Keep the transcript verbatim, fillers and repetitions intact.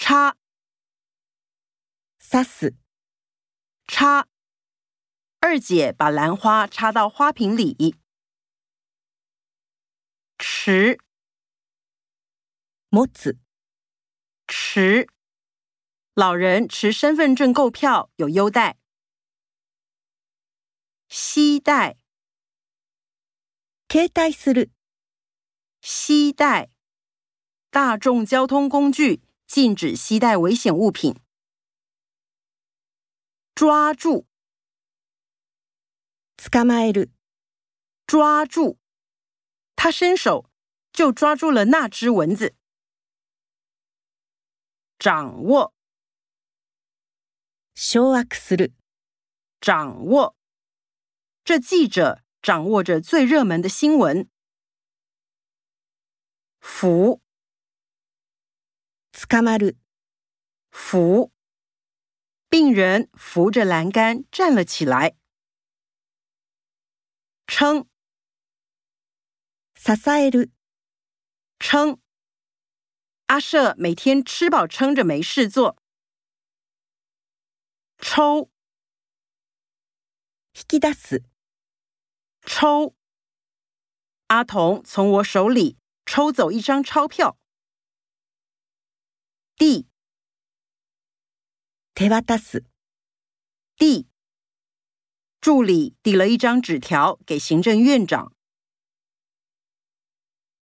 插， 刺す、 插。二姐把兰花插到花瓶里。持， 持つ、 持。老人持身份证购票有优待。携带， 携帯する、 携带。大众交通工具禁止携带危险物品。抓住， 捕まえる、 抓住。他伸手就抓住了那只蚊子。掌握， 掌握する、 掌握。这记者掌握着最热门的新闻。扶， 捕まる、 扶。病人扶着栏杆站了起来。撑， 支える、 撑。阿舍每天吃饱撑着没事做。抽， 引き出す、 抽。阿童从我手里抽走一张钞票。递， 手渡す、 递。助理递了一张纸条给行政院长。